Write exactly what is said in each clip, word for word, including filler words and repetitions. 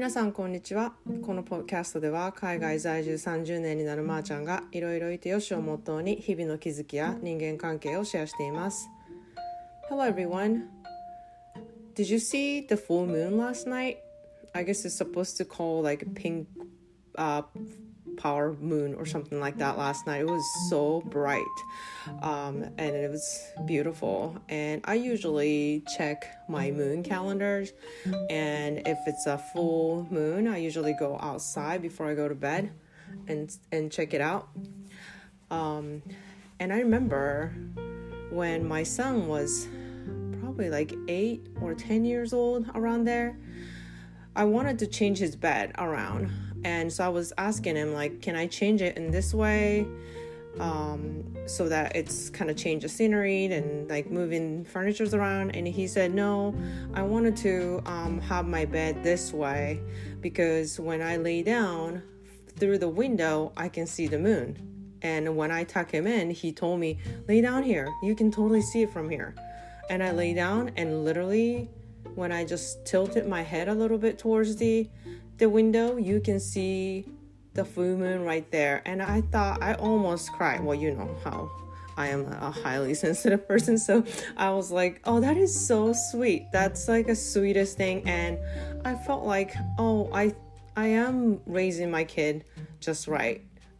皆さんこんにちは。このポッドキャストでは海外在住さんじゅうねんになるまーちゃんがいろいろいてよしをモットーに日々の気づきや人間関係をシェアしています。 Hello everyone. Did you see the full moon last night? I guess it's supposed to call like a pink uh, power moon or something like that last night. It was so bright um, and it was beautiful, and I usually check my moon calendars, and if it's a full moon I usually go outside before I go to bed and and check it out. um, and I remember when my son was probably like eight or ten years old, around there, I wanted to change his bed around. And so I was asking him, like, can I change it in this way um, so that it's kind of change the scenery and like moving furnitures around? And he said, no, I wanted to um, have my bed this way because when I lay down through the window, I can see the moon. And when I tuck him in, he told me, lay down here. You can totally see it from here. And I lay down, and literally when I just tilted my head a little bit towards the the window, you can see the full moon right there. And I thought, I almost cried. Well, you know how I am a highly sensitive person, so I was like, oh, that is so sweet. That's like the sweetest thing. And I felt like, oh, I I am raising my kid just right.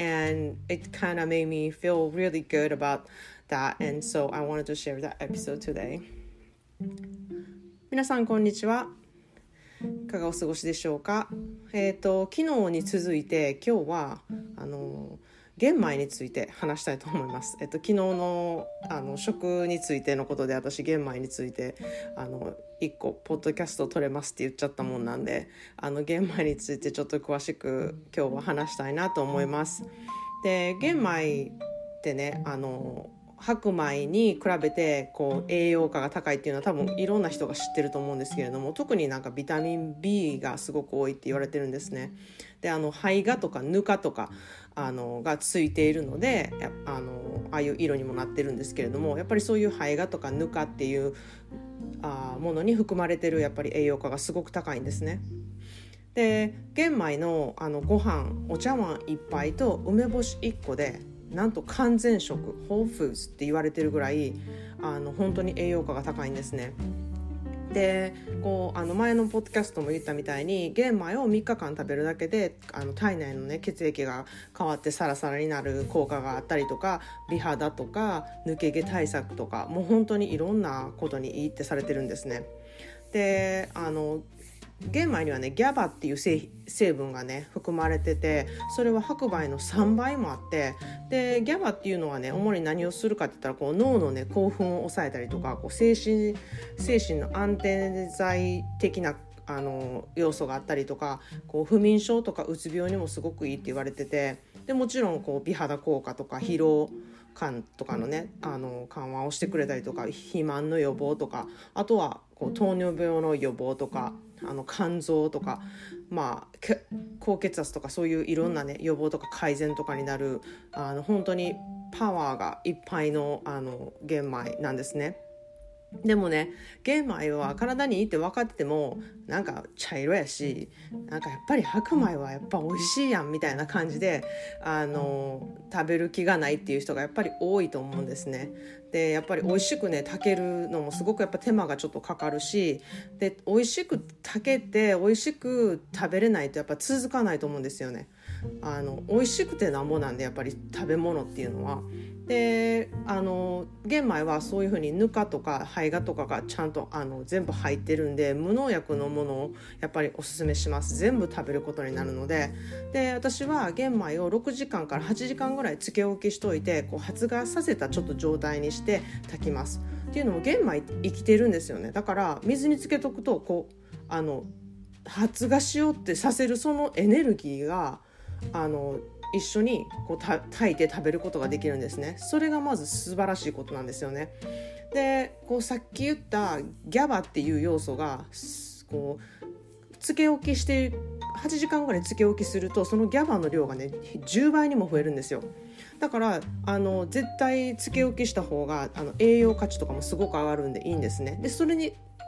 And it kind of made me feel really good about that. And so I wanted to share that episode today. 皆さんこんにちは。いかがお過ごしでしょうか。えっと昨日に続いて今日はあの玄米について話したいと思います。えっと昨日のあの食についてのことで、私玄米についてあのいっこポッドキャスト撮れますって言っちゃったもんなんで、あの玄米についてちょっと詳しく今日は話したいなと思います。で、玄米ってね、あの白米に比べてこう栄養価が高いっていうのは多分いろんな人が知ってると思うんですけれども、特になんかビタミン B がすごく多いって言われてるんですね。で、あの胚芽とかぬかとかあのがついているので、あのああいう色にもなってるんですけれども、やっぱりそういう胚芽とかぬかっていうあものに含まれてるやっぱり栄養価がすごく高いんですね。で、玄米のあのご飯お茶碗いっぱいと梅干しいっこでなんと完全食ホールフーズって言われてるぐらいあの本当に栄養価が高いんですね。で、こうあの前のポッドキャストも言ったみたいに玄米をみっかかん食べるだけであの体内の、ね、血液が変わってサラサラになる効果があったりとか、美肌とか抜け毛対策とか、もう本当にいろんなことにいいってされてるんですね。で、あの玄米にはねギャバっていう成分がね含まれてて、それは白米のさんばいもあって、でギャバっていうのはね主に何をするかって言ったら、こう脳のね興奮を抑えたりとか、こう精神精神の安定剤的なあの要素があったりとか、こう不眠症とかうつ病にもすごくいいって言われてて、でもちろんこう美肌効果とか疲労感とかのねあの緩和をしてくれたりとか、肥満の予防とか、あとはこう糖尿病の予防とか、あの肝臓とか、まあ、高血圧とか、そういういろんなね予防とか改善とかになるあの本当にパワーがいっぱいのあの玄米なんですね。でもね、玄米は体にいいって分かっててもなんか茶色やし、なんかやっぱり白米はやっぱ美味しいやんみたいな感じであの食べる気がないっていう人がやっぱり多いと思うんですね。で、やっぱり美味しくね炊けるのもすごくやっぱ手間がちょっとかかるし、で美味しく炊けて美味しく食べれないとやっぱ続かないと思うんですよね。あの美味しくてなんぼなんで、やっぱり食べ物っていうのは。で、あの玄米はそういう風にぬかとか胚芽とかがちゃんとあの全部入ってるんで、無農薬のものをやっぱりおすすめします。全部食べることになるので。で、私は玄米をろくじかんからはちじかんぐらい漬け置きしといて、こう発芽させたちょっと状態にして炊きます。っていうのも玄米って生きてるんですよね。だから水に漬けとくとこうあの発芽しようってさせるそのエネルギーがあの一緒にこう炊いて食べることができるんですね。それがまず素晴らしいことなんですよね。で、こうさっき言ったギャバっていう要素がこう漬け置きしてはちじかんぐらい漬け置きすると、そのギャバの量がねじゅうばいにも増えるんですよ。だからあの絶対漬け置きした方があの栄養価値とかもすごく上がるんでいいんですね。で、それに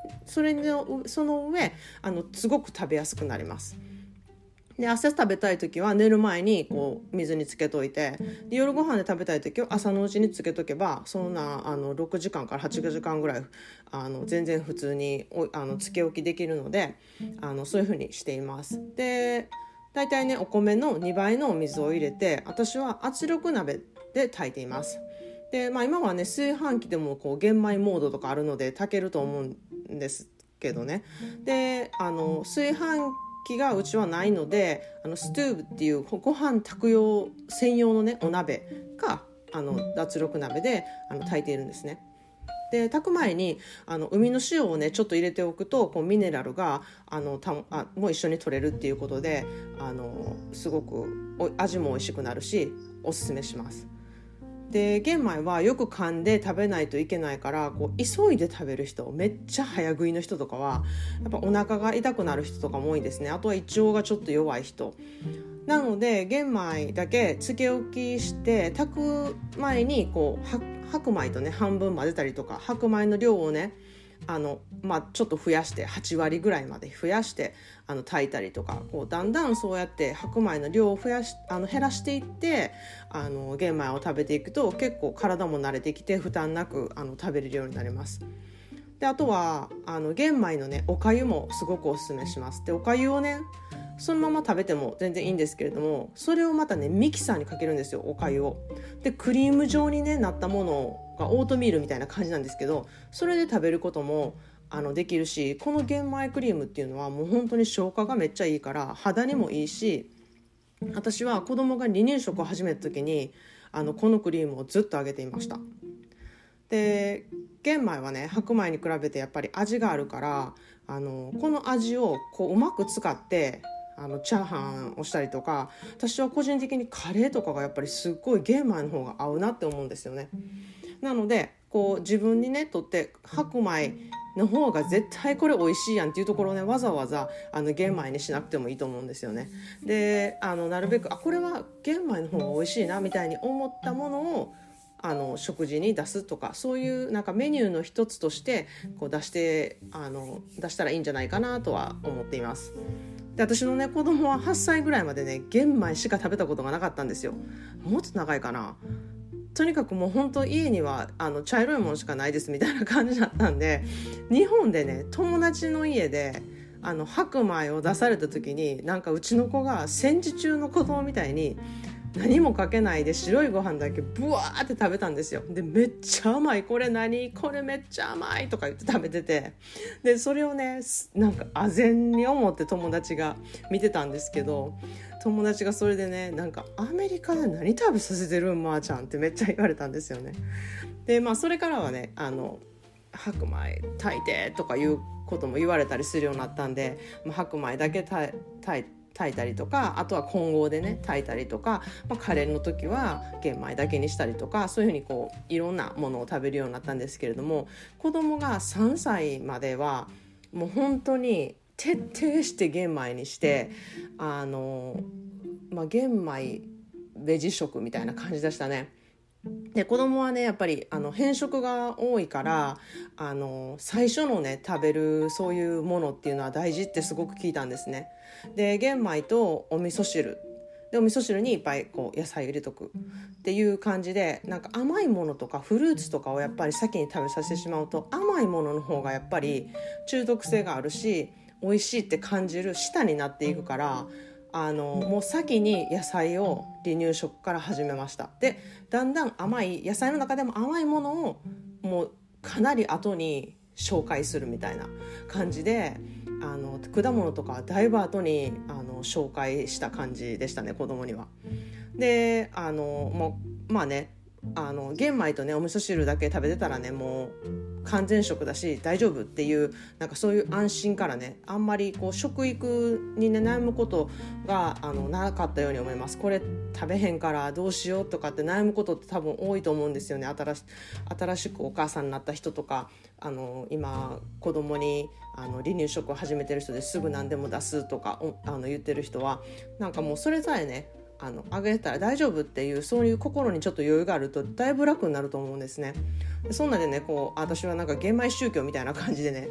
それのその上あのすごく食べやすくなります。で朝食べたい時は寝る前にこう水につけといて、で夜ご飯で食べたい時は朝のうちにつけとけば、そんなあのろくじかんからはちじかんぐらいあの全然普通にあのつけ置きできるので、あのそういう風にしています。でだいたいねお米のにばいのお水を入れて、私は圧力鍋で炊いています。で、まあ、今はね炊飯器でもこう玄米モードとかあるので炊けると思うんですけどね。であの炊飯器がうちはないので、あのストゥーブっていうご飯炊く用専用のねお鍋かあの圧力鍋であの炊いているんですね。で炊く前にあの海の塩をねちょっと入れておくと、こうミネラルがあのたあもう一緒に取れるっていうことで、あのすごく味も美味しくなるしおすすめします。で玄米はよく噛んで食べないといけないから、こう急いで食べる人、めっちゃ早食いの人とかはやっぱお腹が痛くなる人とかも多いんですね。あとは胃腸がちょっと弱い人なので、玄米だけつけ置きして炊く前にこう白米とね半分混ぜたりとか、白米の量をねあの、まあ、ちょっと増やしてはちわりぐらいまで増やしてあの炊いたりとか、こうだんだんそうやって白米の量を増やしあの減らしていってあの玄米を食べていくと、結構体も慣れてきて負担なくあの食べれるようになります。であとはあの玄米のねお粥もすごくおすすめします。でお粥をねそのまま食べても全然いいんですけれども、それをまたねミキサーにかけるんですよ、お粥を。でクリーム状に、ね、なったものがオートミールみたいな感じなんですけど、それで食べることもあのできるし、この玄米クリームっていうのはもう本当に消化がめっちゃいいから肌にもいいし、私は子供が離乳食を始めた時にあのこのクリームをずっとあげていました。で玄米はね白米に比べてやっぱり味があるから、あのこの味をこううまく使ってあのチャーハンをしたりとか、私は個人的にカレーとかがやっぱりすっごい玄米の方が合うなって思うんですよね。なのでこう自分にねとって白米の方が絶対これ美味しいやんっていうところをねわざわざあの玄米にしなくてもいいと思うんですよね。であのなるべくあこれは玄米の方が美味しいなみたいに思ったものをあの食事に出すとか、そういうなんかメニューの一つとしてこう出してあの出したらいいんじゃないかなとは思っています。で私のね子供ははっさいぐらいまでね玄米しか食べたことがなかったんですよ。もっと長いかな。とにかくもう本当家にはあの茶色いものしかないですみたいな感じだったんで、日本でね友達の家であの白米を出された時に、なんかうちの子が戦時中の子供みたいに何もかけないで白いご飯だけブワーって食べたんですよ。でめっちゃ甘い、これ何これめっちゃ甘いとか言って食べてて、でそれをねなんか唖然に思って友達が見てたんですけど、友達がそれでねなんかアメリカで何食べさせてるんまーちゃんってめっちゃ言われたんですよね。でまあそれからはねあの白米炊いてとかいうことも言われたりするようになったんで、まあ、白米だけ炊いて炊いたりとか、あとは混合でね炊いたりとか、まあ、カレーの時は玄米だけにしたりとか、そういうふうにこういろんなものを食べるようになったんですけれども、子供がさんさいまではもう本当に徹底して玄米にして、あの、まあ、玄米ベジ食みたいな感じでしたね。で子供はねやっぱりあの偏食が多いから、あの最初のね食べるそういうものっていうのは大事ってすごく聞いたんですね。で玄米とお味噌汁で、お味噌汁にいっぱいこう野菜入れとくっていう感じで、なんか甘いものとかフルーツとかをやっぱり先に食べさせてしまうと、甘いものの方がやっぱり中毒性があるし美味しいって感じる舌になっていくから、あのもう先に野菜を離乳食から始めました。でだんだん甘い野菜の中でも甘いものをもうかなり後に紹介するみたいな感じで、あの果物とかだいぶ後にあの紹介した感じでしたね、子供には。であのもうまあねあの玄米とねお味噌汁だけ食べてたらねもう完全食だし大丈夫っていう、なんかそういう安心からねあんまりこう食育にね悩むことがあのなかったように思います。これ食べへんからどうしようとかって悩むことって多分多いと思うんですよね。新し、新しくお母さんになった人とか、あの今子供にあの離乳食を始めてる人ですぐ何でも出すとかあの言ってる人は、なんかもうそれさえねあのあげたら大丈夫っていう、そういう心にちょっと余裕があるとだいぶ楽になると思うんですね。そんなでねこう私はなんか玄米宗教みたいな感じでね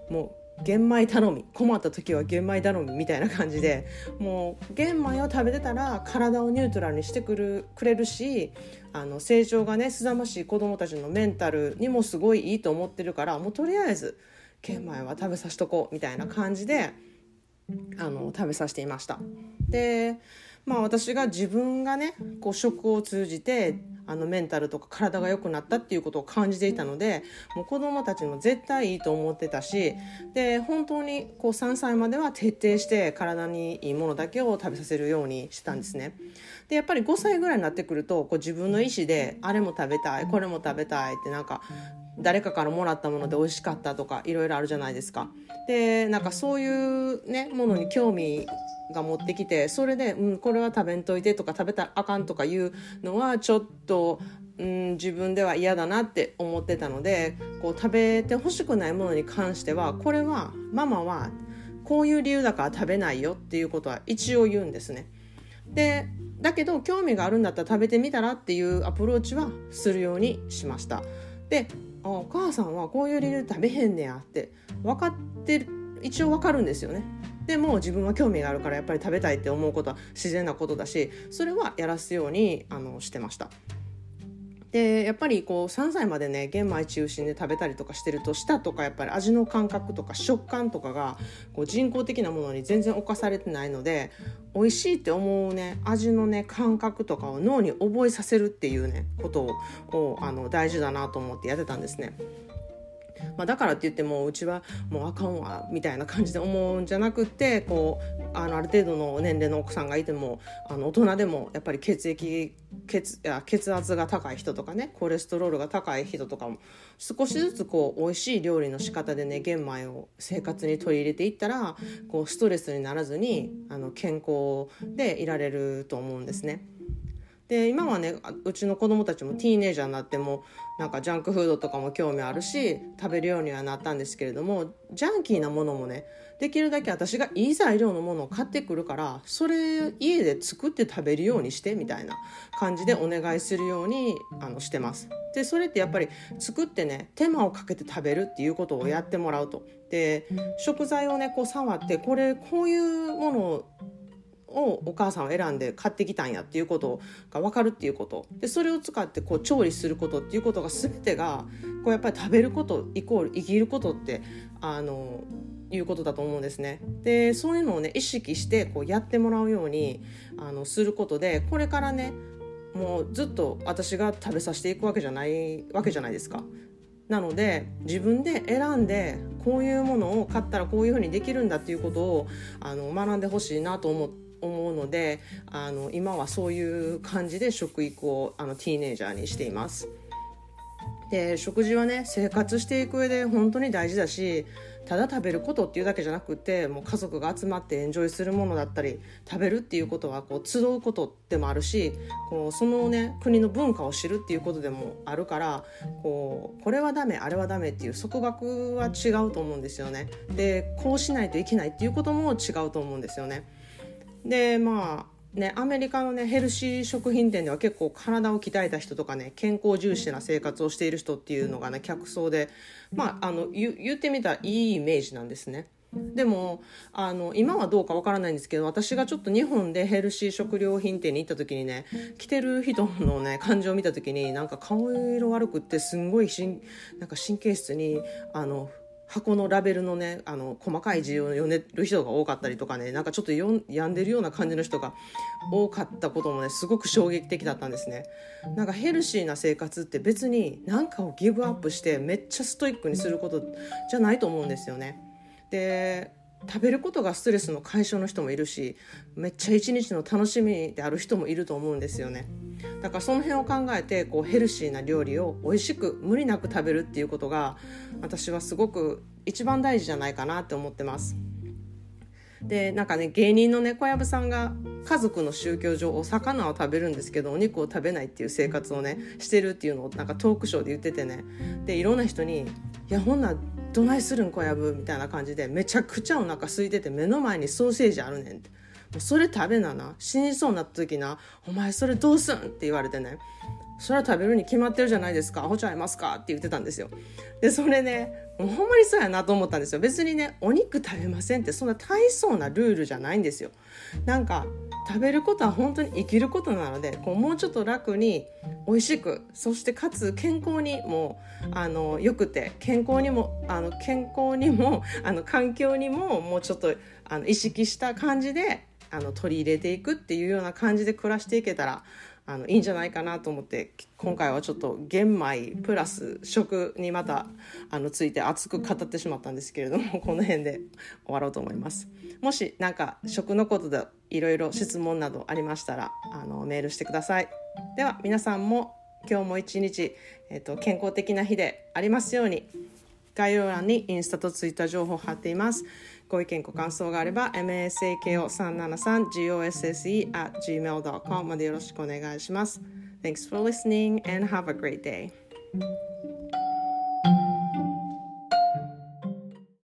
もう玄米頼み、困った時は玄米頼みみたいな感じで、もう玄米を食べてたら体をニュートラルにしてくるくれるし、あの成長がねすざましい子どもたちのメンタルにもすごいいいと思ってるから、もうとりあえず玄米は食べさせとこうみたいな感じであの食べさせていました。で、まあ、私が自分がねこう食を通じてあのメンタルとか体が良くなったっていうことを感じていたので、もう子どもたちも絶対いいと思ってたし、で本当にこうさんさいまでは徹底して体にいいものだけを食べさせるようにしたんですね。でやっぱりごさいぐらいになってくるとこう自分の意思であれも食べたいこれも食べたいって、なんか誰かからもらったもので美味しかったとかいろいろあるじゃないですか。でなんかそういうねものに興味が持ってきて、それで、うん、これは食べんといてとか食べたらあかんとかいうのはちょっと、うん、自分では嫌だなって思ってたので、こう食べてほしくないものに関してはこれはママはこういう理由だから食べないよっていうことは一応言うんですね。でだけど興味があるんだったら食べてみたらっていうアプローチはするようにしました。であお母さんはこういう理由で食べへんねやって分かってる、一応分かるんですよね。でも自分は興味があるからやっぱり食べたいって思うことは自然なことだし、それはやらすようにあのしてました。でやっぱりこうさんさいまでね玄米中心で食べたりとかしてると、舌とかやっぱり味の感覚とか食感とかがこう人工的なものに全然侵されてないので、美味しいって思うね味のね感覚とかを脳に覚えさせるっていうねことを、をあの大事だなと思ってやってたんですね。まあ、だからって言ってもうちはもうあかんわみたいな感じで思うんじゃなくって、こう あのある程度の年齢の奥さんがいてもあの大人でもやっぱり血液 血, いや血圧が高い人とかねコレステロールが高い人とかも少しずつこう美味しい料理の仕方でね玄米を生活に取り入れていったら、こうストレスにならずにあの健康でいられると思うんですね。で今はねうちの子供たちもティーネイジャーになってもなんかジャンクフードとかも興味あるし食べるようにはなったんですけれども、ジャンキーなものもねできるだけ私がいい材料のものを買ってくるから、それ家で作って食べるようにしてみたいな感じでお願いするようにあのしてます。でそれってやっぱり作ってね手間をかけて食べるっていうことをやってもらうと。で食材をねこう触ってこれこういうものををお母さんを選んで買ってきたんやっていうことが分かるっていうことで、それを使ってこう調理することっていうことが全てがこうやっぱり食べることイコール生きることってあのいうことだと思うんですね。でそういうのをね意識してこうやってもらうようにあのすることで、これからねもうずっと私が食べさせていくわけじゃないわけじゃないですか。なので自分で選んでこういうものを買ったらこういうふうにできるんだっていうことをあの学んでほしいなと思って思うので、あの今はそういう感じで食育をあのティーネイジャーにしています。で食事はね生活していく上で本当に大事だし、ただ食べることっていうだけじゃなくて、もう家族が集まってエンジョイするものだったり食べるっていうことはこう集うことでもあるし、こうそのね国の文化を知るっていうことでもあるから、こうこれはダメあれはダメっていう束縛は違うと思うんですよね。でこうしないといけないっていうことも違うと思うんですよね。でまあねアメリカのねヘルシー食品店では結構体を鍛えた人とかね健康重視な生活をしている人っていうのがね客層で、まああの 言, 言ってみたらいいイメージなんですね。でもあの今はどうかわからないんですけど、私がちょっと日本でヘルシー食料品店に行った時にね着てる人のね感情を見た時に、なんか顔色悪くってすんごいしんなんか神経質にあの箱のラベルのねあの細かい字を読んでる人が多かったりとかね、なんかちょっとよん病んでるような感じの人が多かったこともねすごく衝撃的だったんですね。なんかヘルシーな生活って別に何かをギブアップしてめっちゃストイックにすることじゃないと思うんですよね。で食べることがストレスの解消の人もいるし、めっちゃ一日の楽しみである人もいると思うんですよね。だからその辺を考えてこうヘルシーな料理を美味しく無理なく食べるっていうことが私はすごく一番大事じゃないかなって思ってます。でなんかね芸人のね小籔さんが家族の宗教上お魚を食べるんですけどお肉を食べないっていう生活をねしてるっていうのをなんかトークショーで言っててね、でいろんな人にいやほんなどないするん小籔みたいな感じで、めちゃくちゃお腹空いてて目の前にソーセージあるねんって、もうそれ食べなな死にそうになった時なお前それどうすんって言われてね、それは食べるに決まってるじゃないですかアホちゃいますかって言ってたんですよ。でそれねもうほんまにそうやなと思ったんですよ。別にねお肉食べませんってそんな大層なルールじゃないんですよ。なんか食べることは本当に生きることなので、こうもうちょっと楽に美味しく、そしてかつ健康にもあのよくて、健康にもあの健康にもあの環境にももうちょっとあの意識した感じであの取り入れていくっていうような感じで暮らしていけたらあのいいんじゃないかなと思って、今回はちょっと玄米プラス食にまたあのついて熱く語ってしまったんですけれども、この辺で終わろうと思います。もしなんか食のことでいろいろ質問などありましたらあのメールしてください。では皆さんも今日も一日、えっと、健康的な日でありますように。概要欄にインスタとツイッター情報を貼っています。ご意見ご感想があれば マサコさんななさん ゴッセ at ジーメール ドット コム までよろしくお願いします。Thanks for listening and have a great day.